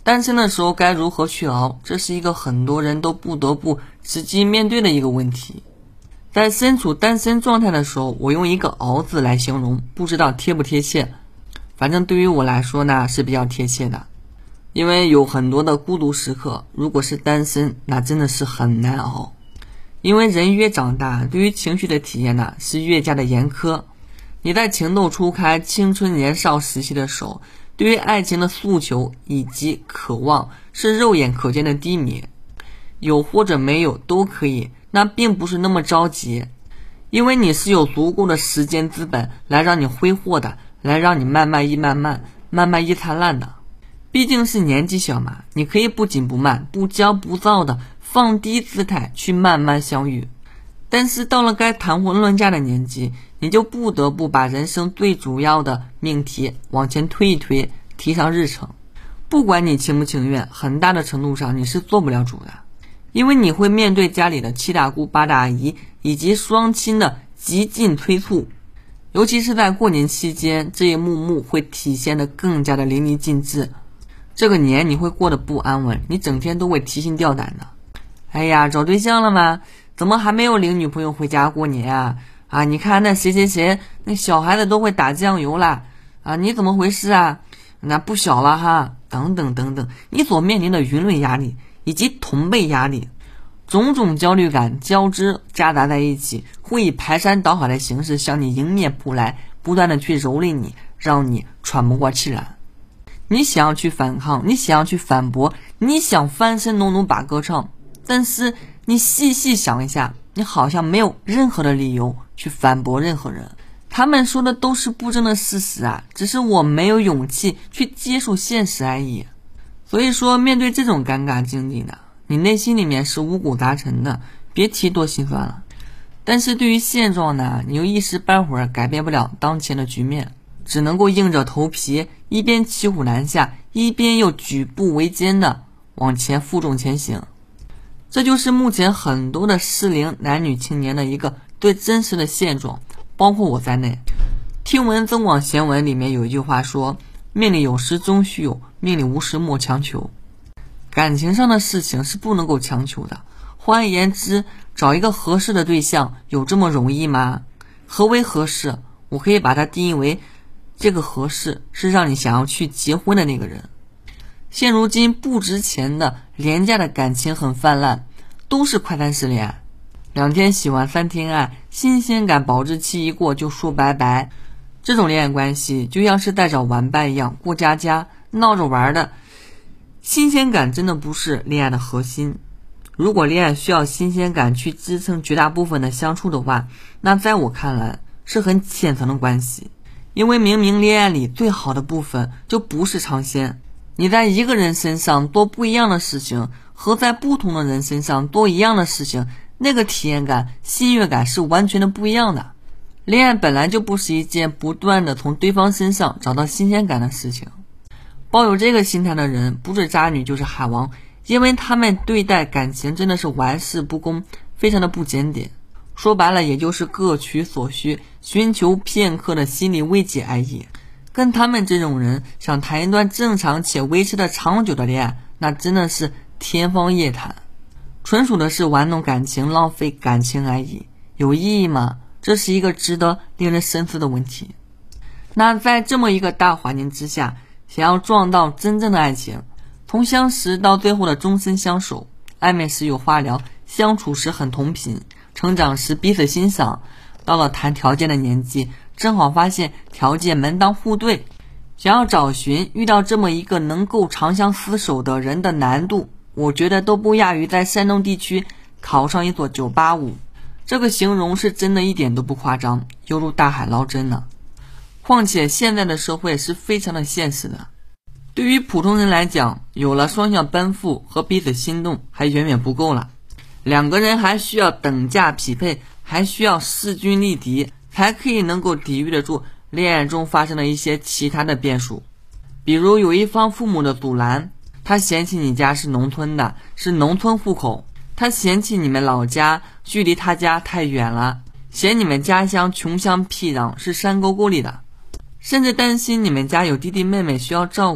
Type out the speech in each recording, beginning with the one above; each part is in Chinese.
单身的时候该如何去熬，这是一个很多人都不得不实际面对的一个问题。在身处单身状态的时候，我用一个熬字来形容，不知道贴不贴切，反正对于我来说呢是比较贴切的。因为有很多的孤独时刻，如果是单身，那真的是很难熬。因为人越长大，对于情绪的体验呢是越加的严苛。你在情窦初开、青春年少时期的时候，对于爱情的诉求以及渴望是肉眼可见的低迷，有或者没有都可以，那并不是那么着急，因为你是有足够的时间资本来让你挥霍的，来让你慢慢一灿烂的。毕竟是年纪小嘛，你可以不紧不慢、不骄不躁的放低姿态去慢慢相遇。但是到了该谈婚论嫁的年纪，你就不得不把人生最主要的命题往前推一推，提上日程。不管你情不情愿，很大的程度上你是做不了主的，因为你会面对家里的七大姑八大姨以及双亲的极尽催促。尤其是在过年期间，这一幕幕会体现得更加的淋漓尽致。这个年你会过得不安稳，你整天都会提心吊胆的。哎呀，找对象了吗？怎么还没有领女朋友回家过年啊？你看那谁谁谁，那小孩子都会打酱油啦啊！你怎么回事啊？那不小了哈，等等等等，你所面临的舆论压力以及同辈压力，种种焦虑感交织夹杂在一起，会以排山倒海的形式向你迎面扑来，不断的去蹂躏你，让你喘不过气来。你想要去反抗，你想要去反驳，你想翻身农奴把歌唱，但是你细细想一下，你好像没有任何的理由去反驳任何人。他们说的都是不争的事实啊，只是我没有勇气去接受现实而已。所以说，面对这种尴尬境地呢，你内心里面是五谷杂陈的，别提多心酸了。但是对于现状呢，你又一时半会儿改变不了当前的局面，只能够硬着头皮，一边骑虎难下，一边又举步维艰的往前负重前行。这就是目前很多的适龄男女青年的一个最真实的现状，包括我在内。听闻增广贤文里面有一句话说，命里有时终须有，命里无时莫强求。感情上的事情是不能够强求的。换而言之，找一个合适的对象有这么容易吗？何为合适？我可以把它定义为，这个合适是让你想要去结婚的那个人。现如今不值钱的廉价的感情很泛滥，都是快餐式恋爱，2天喜欢3天爱，新鲜感保质期一过就说拜拜。这种恋爱关系就像是带着玩伴一样过家家，闹着玩的。新鲜感真的不是恋爱的核心。如果恋爱需要新鲜感去支撑绝大部分的相处的话，那在我看来是很浅层的关系。因为明明恋爱里最好的部分就不是尝鲜，你在一个人身上做不一样的事情，和在不同的人身上做一样的事情，那个体验感、喜悦感是完全的不一样的。恋爱本来就不是一件不断的从对方身上找到新鲜感的事情。抱有这个心态的人，不是渣女就是海王，因为他们对待感情真的是玩世不恭，非常的不检点。说白了也就是各取所需，寻求片刻的心理慰藉而已。跟他们这种人想谈一段正常且维持的长久的恋爱，那真的是天方夜谭，纯属的是玩弄感情、浪费感情而已。有意义吗？这是一个值得令人深思的问题。那在这么一个大环境之下，想要撞到真正的爱情，从相识到最后的终身相守，暧昧时有话聊，相处时很同频，成长时彼此欣赏，到了谈条件的年纪，正好发现条件门当户对，想要找寻遇到这么一个能够长相厮守的人的难度，我觉得都不亚于在山东地区考上一所985。这个形容是真的一点都不夸张，犹如大海捞针呢。况且现在的社会是非常的现实的，对于普通人来讲，有了双向奔赴和彼此心动还远远不够了，两个人还需要等价匹配，还需要势均力敌，才可以能够抵御得住恋爱中发生的一些其他的变数。比如有一方父母的阻拦，他嫌弃你家是农村的，是农村户口，他嫌弃你们老家距离他家太远了，嫌你们家乡穷乡僻壤，是山沟沟里的，甚至担心你们家有弟弟妹妹需要照顾，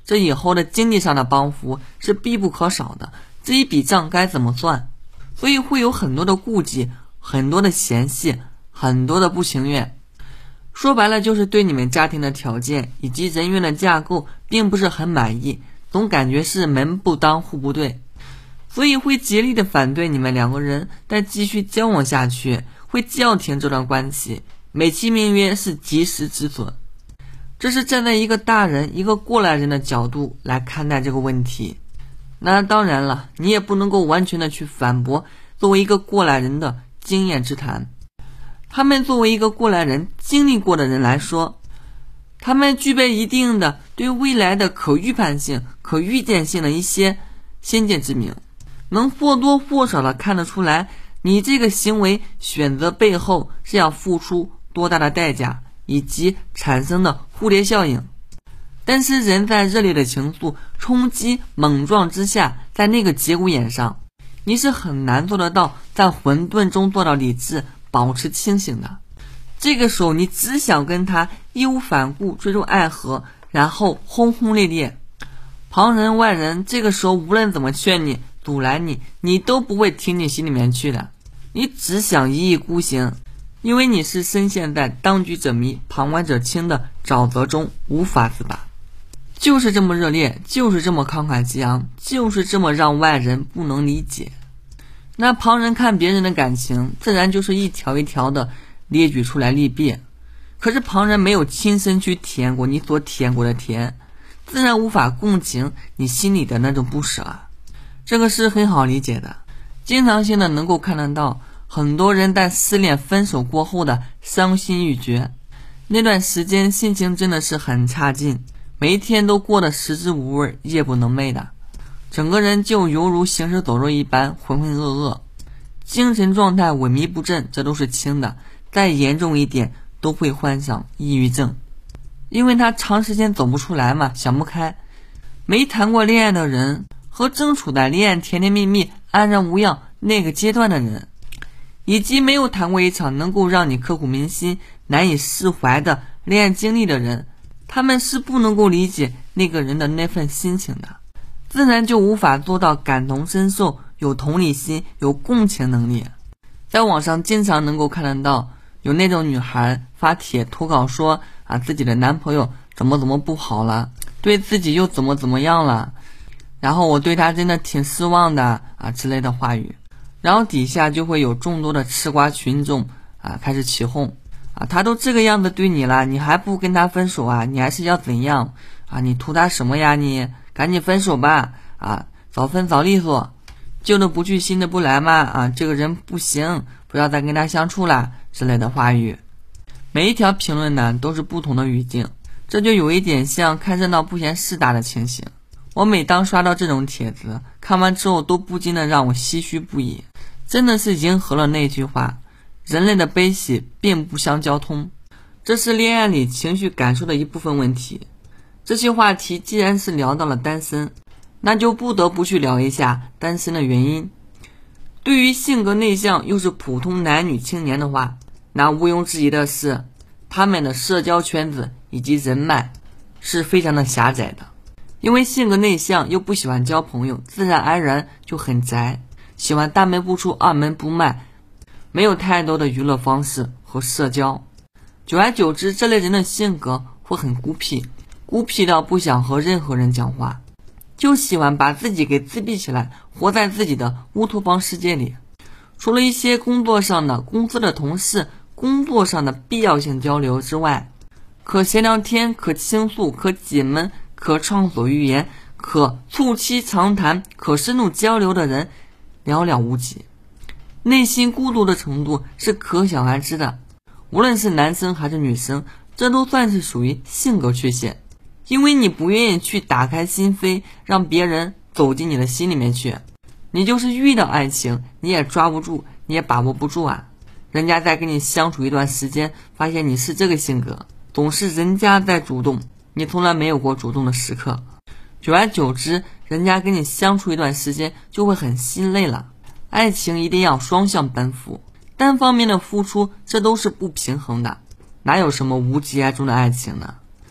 这以后的经济上的帮扶是必不可少的，这一笔账该怎么算？所以会有很多的顾忌，很多的嫌隙，很多的不情愿。说白了就是对你们家庭的条件以及人员的架构并不是很满意，总感觉是门不当户不对，所以会极力的反对你们两个人再继续交往下去，会叫停这段关系，美其名曰是及时止损。这是站在一个大人一个过来人的角度来看待这个问题。那当然了，你也不能够完全的去反驳作为一个过来人的经验之谈。他们作为一个过来人经历过的人来说，他们具备一定的对未来的可预判性可预见性的一些先见之明，能或多或少的看得出来你这个行为选择背后是要付出多大的代价以及产生的蝴蝶效应。但是人在热烈的情愫冲击猛撞之下，在那个节骨眼上，你是很难做得到在混沌中做到理智保持清醒的。这个时候你只想跟他义无反顾坠入爱河，然后轰轰烈烈。旁人外人这个时候无论怎么劝你阻拦你，你都不会听进心里面去的，你只想一意孤行，因为你是深陷在当局者迷旁观者清的沼泽中无法自拔。就是这么热烈，就是这么慷慨激昂，就是这么让外人不能理解。那旁人看别人的感情自然就是一条一条的列举出来利弊，可是旁人没有亲身去体验过你所体验过的甜，自然无法共情你心里的那种不舍啊。这个是很好理解的，经常性的能够看得到很多人在失恋分手过后的伤心欲绝，那段时间心情真的是很差劲，每一天都过得食之无味夜不能寐的，整个人就犹如行尸走肉一般浑浑噩噩，精神状态萎靡不振，这都是轻的，再严重一点都会患上抑郁症。因为他长时间走不出来嘛，想不开。没谈过恋爱的人和正处在恋爱甜甜蜜蜜安然无恙那个阶段的人，以及没有谈过一场能够让你刻骨铭心难以释怀的恋爱经历的人，他们是不能够理解那个人的那份心情的，自然就无法做到感同身受，有同理心，有共情能力。在网上经常能够看得到有那种女孩发帖投稿说自己的男朋友怎么不好了，对自己又怎么样了，然后我对他真的挺失望的之类的话语。然后底下就会有众多的吃瓜群众开始起哄他都这个样子对你了，你还不跟他分手你还是要怎样你图他什么呀？你赶紧分手吧早分早利索，旧的不去新的不来嘛这个人不行，不要再跟他相处了之类的话语。每一条评论呢都是不同的语境，这就有一点像看热闹不嫌事大的情形。我每当刷到这种帖子，看完之后都不禁的让我唏嘘不已，真的是迎合了那句话，人类的悲喜并不相交通，这是恋爱里情绪感受的一部分问题。这些话题既然是聊到了单身，那就不得不去聊一下单身的原因。对于性格内向又是普通男女青年的话，那毋庸置疑的是他们的社交圈子以及人脉是非常的狭窄的。因为性格内向又不喜欢交朋友，自然而然就很宅，喜欢大门不出二门不迈，没有太多的娱乐方式和社交。久而久之，这类人的性格会很孤僻，孤僻到不想和任何人讲话，就喜欢把自己给自闭起来，活在自己的乌托邦世界里。除了一些工作上的公司的同事，工作上的必要性交流之外，可闲聊天，可倾诉，可解闷，可畅所欲言，可促膝长谈，可深入交流的人寥寥无几，内心孤独的程度是可想而知的。无论是男生还是女生，这都算是属于性格缺陷，因为你不愿意去打开心扉，让别人走进你的心里面去，你就是遇到爱情你也抓不住，你也把握不住人家在跟你相处一段时间，发现你是这个性格，总是人家在主动，你从来没有过主动的时刻，久而久之，人家跟你相处一段时间就会很心累了。爱情一定要双向奔赴，单方面的付出，这都是不平衡的，哪有什么无疾而终的爱情呢？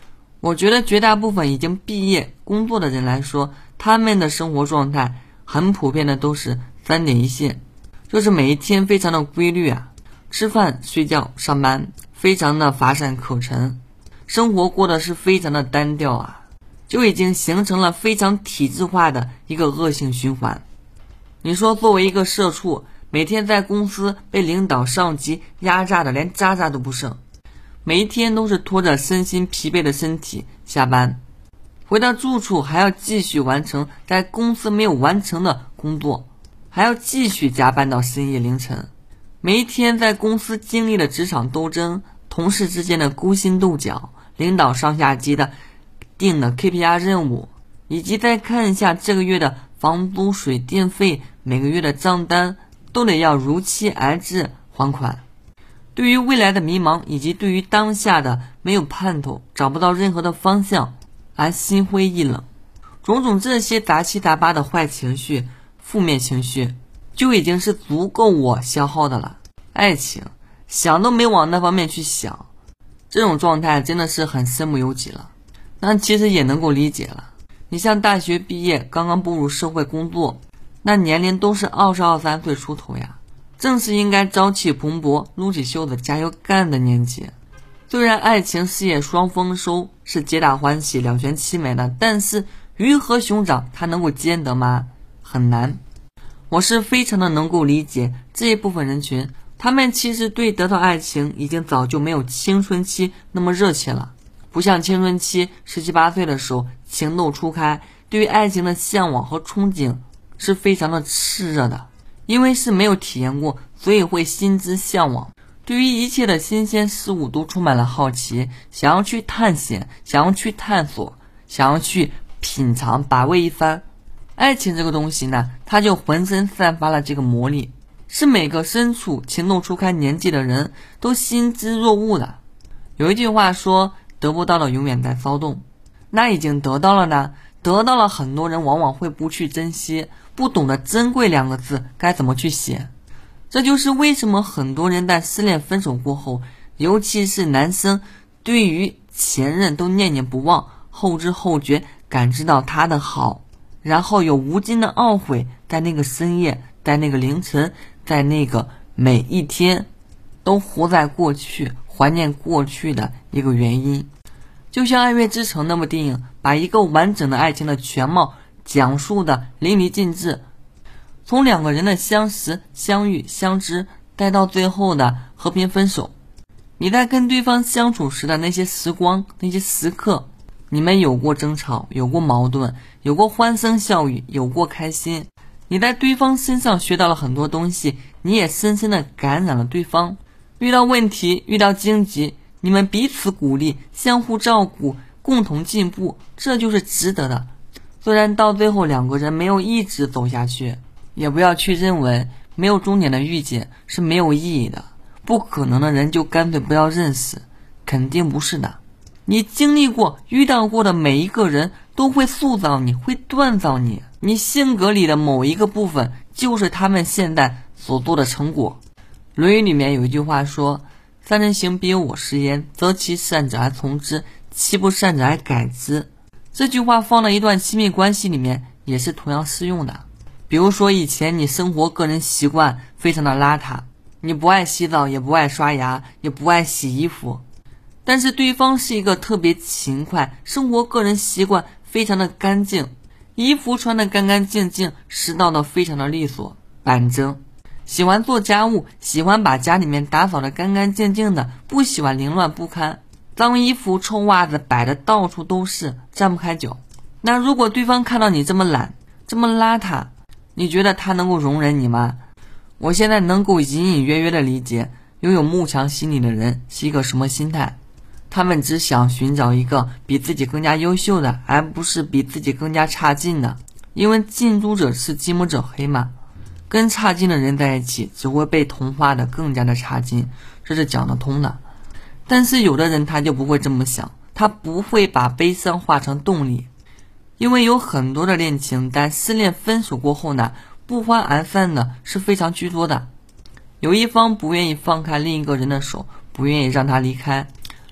我觉得绝大部分已经毕业工作的人来说，他们的生活状态很普遍的都是3点一线，就是每一天非常的规律啊，吃饭、睡觉、上班，非常的乏善可陈，生活过得是非常的单调啊，就已经形成了非常体制化的一个恶性循环。你说作为一个社畜，每天在公司被领导上级压榨的连渣渣都不剩，每一天都是拖着身心疲惫的身体下班，回到住处还要继续完成在公司没有完成的工作，还要继续加班到深夜凌晨。每一天在公司经历了职场斗争，同事之间的勾心斗角，领导上下级的定的 KPI 任务，以及再看一下这个月的房租水电费，每个月的账单都得要如期而至还款。对于未来的迷茫，以及对于当下的没有盼头，找不到任何的方向而心灰意冷，种种这些杂七杂八的坏情绪、负面情绪就已经是足够我消耗的了。爱情想都没往那方面去想，这种状态真的是很身不由己了。那其实也能够理解了，你像大学毕业刚刚步入社会工作，那年龄都是20、23岁出头呀，正是应该朝气蓬勃、撸起袖子加油干的年纪。虽然爱情事业双丰收，是皆大欢喜、两全其美的，但是鱼和熊掌它能够兼得吗？很难。我是非常的能够理解这一部分人群，他们其实对得到爱情已经早就没有青春期那么热切了，不像青春期17、18岁的时候情窦初开，对于爱情的向往和憧憬是非常的炽热的，因为是没有体验过，所以会心之向往，对于一切的新鲜事物都充满了好奇，想要去探险，想要去探索，想要去品尝把味一番。爱情这个东西呢，它就浑身散发了这个魔力，是每个身处情窦初开年纪的人都心之若鹜的。有一句话说，得不到的永远在骚动，那已经得到了呢，得到了很多人往往会不去珍惜，不懂得珍贵2个字该怎么去写。这就是为什么很多人在失恋分手过后，尤其是男生，对于前任都念念不忘，后知后觉感知到他的好，然后有无尽的懊悔，在那个深夜，在那个凌晨，在那个每一天都活在过去，怀念过去的一个原因。就像《爱乐之城》那部电影，把一个完整的爱情的全貌讲述的淋漓尽致，从2个人的相识、相遇、相知，带到最后的和平分手。你在跟对方相处时的那些时光、那些时刻，你们有过争吵，有过矛盾，有过欢声笑语，有过开心。你在对方身上学到了很多东西，你也深深的感染了对方。遇到问题，遇到荆棘，你们彼此鼓励，相互照顾，共同进步，这就是值得的。虽然到最后2个人没有一直走下去，也不要去认为没有终点的遇见是没有意义的，不可能的人就干脆不要认识，肯定不是的。你经历过、遇到过的每一个人都会塑造你，会锻造你，你性格里的某一个部分就是他们现在所做的成果。论语里面有一句话说，三人行必有我师焉，择其善者而从之，其不善者而改之。这句话放到一段亲密关系里面也是同样适用的。比如说以前你生活个人习惯非常的邋遢，你不爱洗澡，也不爱刷牙，也不爱洗衣服，但是对方是一个特别勤快，生活个人习惯非常的干净，衣服穿得干干净净，拾到的非常的利索板正，喜欢做家务，喜欢把家里面打扫得干干净净的，不喜欢凌乱不堪，脏衣服臭袜子摆的到处都是，站不开脚。那如果对方看到你这么懒，这么邋遢，你觉得他能够容忍你吗？我现在能够隐隐约约的理解拥有慕强心理的人是一个什么心态。他们只想寻找一个比自己更加优秀的，而不是比自己更加差劲的。因为近朱者赤，近墨者黑嘛，跟差劲的人在一起只会被同化的更加的差劲，这是讲得通的。但是有的人他就不会这么想，他不会把悲伤化成动力。因为有很多的恋情在失恋分手过后呢，不欢而散的是非常居多的。有一方不愿意放开另一个人的手，不愿意让他离开，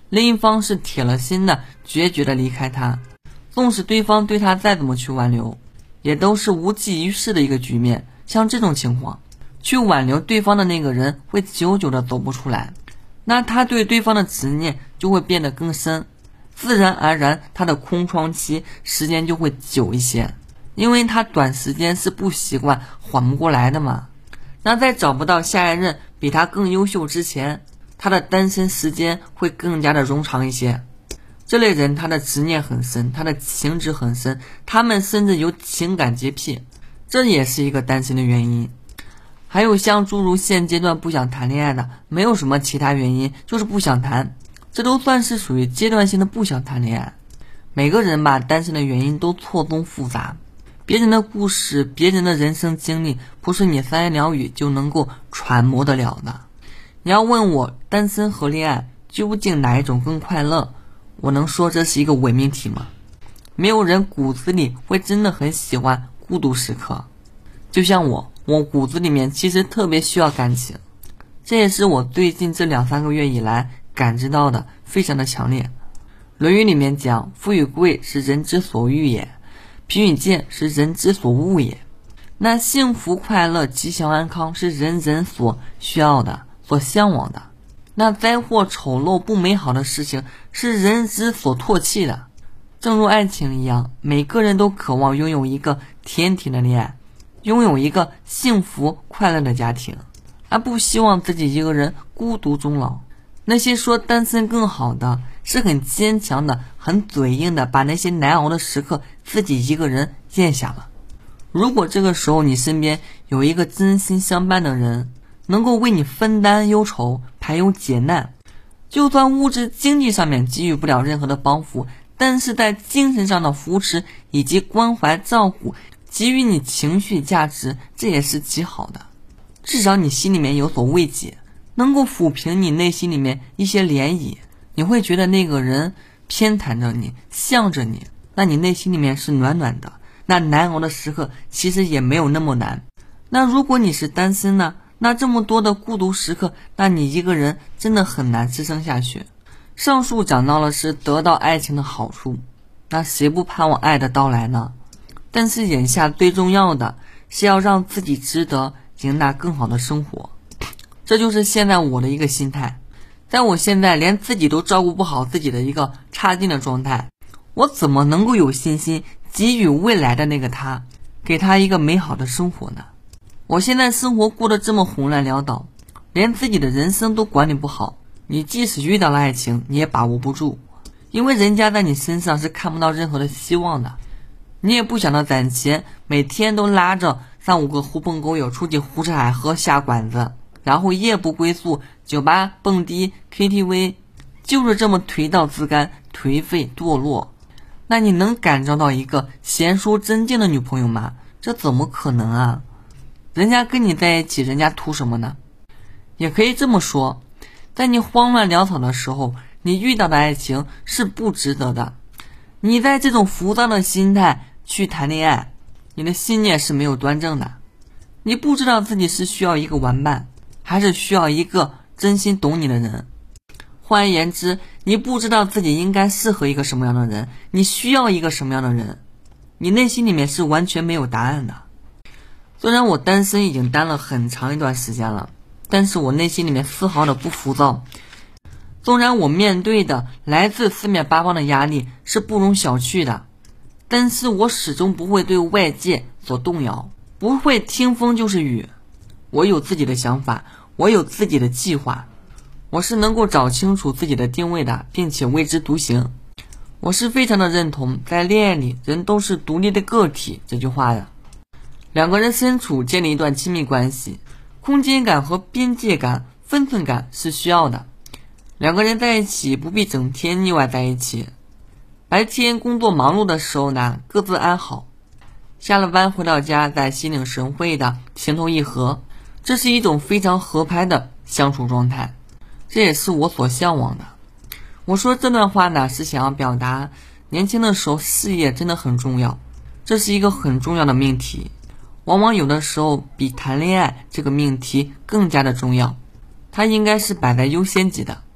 另一方是铁了心的决绝的离开他，纵使对方对他再怎么去挽留，也都是无济于事的一个局面。像这种情况，去挽留对方的那个人会久久的走不出来，那他对对方的执念就会变得更深，自然而然他的空窗期时间就会久一些，因为他短时间是不习惯缓不过来的嘛。那在找不到下一任比他更优秀之前，他的单身时间会更加的冗长一些。这类人他的执念很深，他的情执很深，他们甚至有情感洁癖，这也是一个单身的原因。还有像诸如现阶段不想谈恋爱的，没有什么其他原因，就是不想谈，这都算是属于阶段性的不想谈恋爱。每个人吧，单身的原因都错综复杂，别人的故事，别人的人生经历，不是你三言两语就能够揣摩得了的。你要问我单身和恋爱究竟哪一种更快乐，我能说这是一个伪命题吗？没有人骨子里会真的很喜欢孤独时刻，就像我骨子里面其实特别需要感情，这也是我最近这2-3个月以来感知到的，非常的强烈。论语里面讲，富与贵是人之所欲也，贫与贱是人之所恶也。那幸福快乐吉祥安康是人人所需要的，所向往的。那灾祸丑陋不美好的事情是人之所唾弃的。正如爱情一样，每个人都渴望拥有一个甜甜的恋爱，拥有一个幸福快乐的家庭，而不希望自己一个人孤独终老。那些说单身更好的，是很坚强的，很嘴硬的，把那些难熬的时刻自己一个人咽下了。如果这个时候你身边有一个真心相伴的人，能够为你分担忧愁，排忧解难，就算物质经济上面给予不了任何的帮扶，但是在精神上的扶持以及关怀照顾，给予你情绪价值，这也是极好的。至少你心里面有所慰藉，能够抚平你内心里面一些涟漪，你会觉得那个人偏袒着你，向着你，那你内心里面是暖暖的，那难熬的时刻其实也没有那么难。那如果你是单身呢，那这么多的孤独时刻，那你一个人真的很难支撑下去。上述讲到了是得到爱情的好处，那谁不盼望爱的到来呢？但是眼下最重要的是要让自己值得迎来更好的生活，这就是现在我的一个心态。在我现在连自己都照顾不好自己的一个差劲的状态，我怎么能够有信心给予未来的那个他，给他一个美好的生活呢？我现在生活过得这么胡乱潦倒，连自己的人生都管理不好，你即使遇到了爱情，你也把握不住，因为人家在你身上是看不到任何的希望的。你也不想到攒钱，每天都拉着3-5个狐朋狗友出去胡吃海喝下馆子，然后夜不归宿，酒吧蹦迪 KTV， 就是这么颓到自甘，颓废堕落。那你能感召到一个贤淑贞静的女朋友吗？这怎么可能啊？人家跟你在一起，人家图什么呢？也可以这么说，在你慌乱潦草的时候，你遇到的爱情是不值得的。你在这种浮躁的心态去谈恋爱，你的信念是没有端正的。你不知道自己是需要一个玩伴，还是需要一个真心懂你的人。换而言之，你不知道自己应该适合一个什么样的人，你需要一个什么样的人，你内心里面是完全没有答案的。虽然我单身已经单了很长一段时间了，但是我内心里面丝毫的不浮躁。纵然我面对的来自四面八方的压力是不容小觑的，但是我始终不会对外界所动摇，不会听风就是雨。我有自己的想法，我有自己的计划，我是能够找清楚自己的定位的，并且为之独行。我是非常的认同在恋爱里人都是独立的个体这句话的。两个人身处建立一段亲密关系，空间感和边界感、分寸感是需要的。两个人在一起不必整天腻歪在一起，白天工作忙碌的时候呢，各自安好，下了班回到家再心领神会的情投意合，这是一种非常合拍的相处状态，这也是我所向往的。我说这段话呢，是想要表达年轻的时候事业真的很重要，这是一个很重要的命题，往往有的时候比谈恋爱这个命题更加的重要，它应该是摆在优先级的。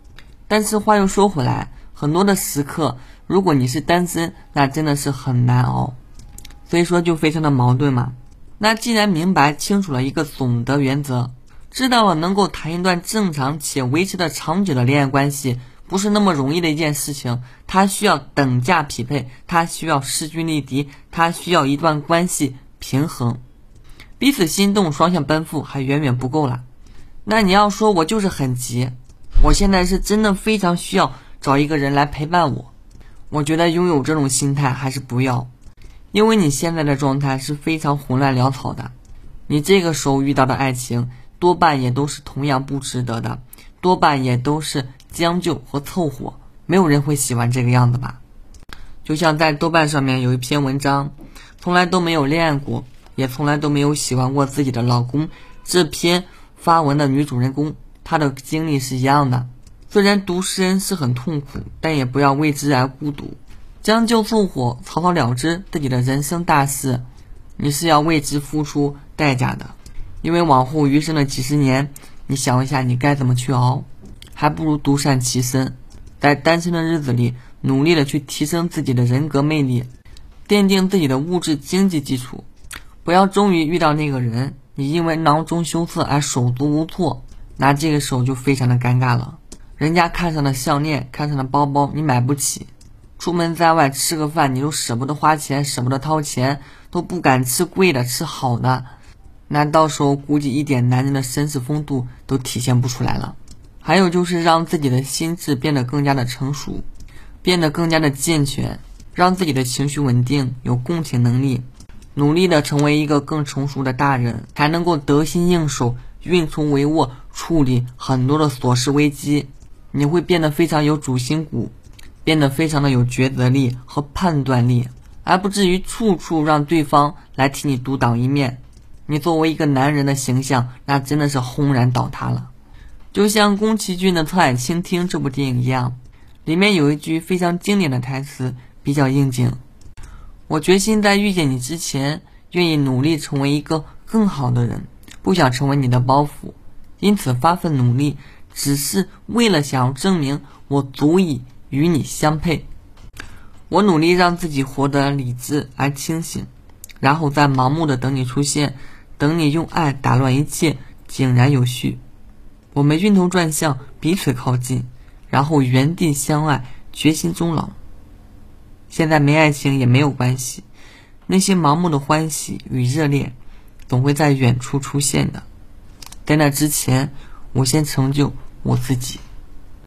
但是话又说回来，很多的时刻，如果你是单身，那真的是很难熬，所以说就非常的矛盾嘛。那既然明白清楚了一个总的原则，知道了能够谈一段正常且维持的长久的恋爱关系不是那么容易的一件事情，它需要等价匹配，它需要势均力敌，它需要一段关系平衡，彼此心动，双向奔赴还远远不够了。那你要说我就是很急，我现在是真的非常需要找一个人来陪伴我觉得拥有这种心态还是不要，因为你现在的状态是非常混乱潦草的，你这个时候遇到的爱情多半也都是同样不值得的，多半也都是将就和凑合，没有人会喜欢这个样子吧。就像在豆瓣上面有一篇文章，从来都没有恋爱过，也从来都没有喜欢过自己的老公，这篇发文的女主人公她的经历是一样的。虽然独身是很痛苦，但也不要为之而孤独，将就凑合，草草了之自己的人生大事，你是要为之付出代价的。因为往后余生的几十年，你想一下你该怎么去熬，还不如独善其身，在单身的日子里努力的去提升自己的人格魅力，奠定自己的物质经济基础。不要终于遇到那个人，你因为囊中羞涩而手足无措，那这个时候就非常的尴尬了。人家看上的项链，看上的包包你买不起，出门在外吃个饭你都舍不得花钱，舍不得掏钱，都不敢吃贵的吃好的，那到时候估计一点男人的绅士风度都体现不出来了。还有就是让自己的心智变得更加的成熟，变得更加的健全，让自己的情绪稳定，有共情能力，努力的成为一个更成熟的大人，才能够得心应手，运筹帷幄，处理很多的琐事危机。你会变得非常有主心骨，变得非常的有抉择力和判断力，而不至于处处让对方来替你独当一面。你作为一个男人的形象，那真的是轰然倒塌了。就像宫崎骏的《侧耳倾听》这部电影一样，里面有一句非常经典的台词，比较应景：我决心在遇见你之前，愿意努力成为一个更好的人，不想成为你的包袱，因此发奋努力，只是为了想要证明我足以与你相配。我努力让自己活得理智而清醒，然后再盲目的等你出现，等你用爱打乱一切，井然有序。我们晕头转向，彼此靠近，然后原地相爱，决心终老。现在没爱情也没有关系，那些盲目的欢喜与热烈总会在远处出现的。在那之前，我先成就我自己。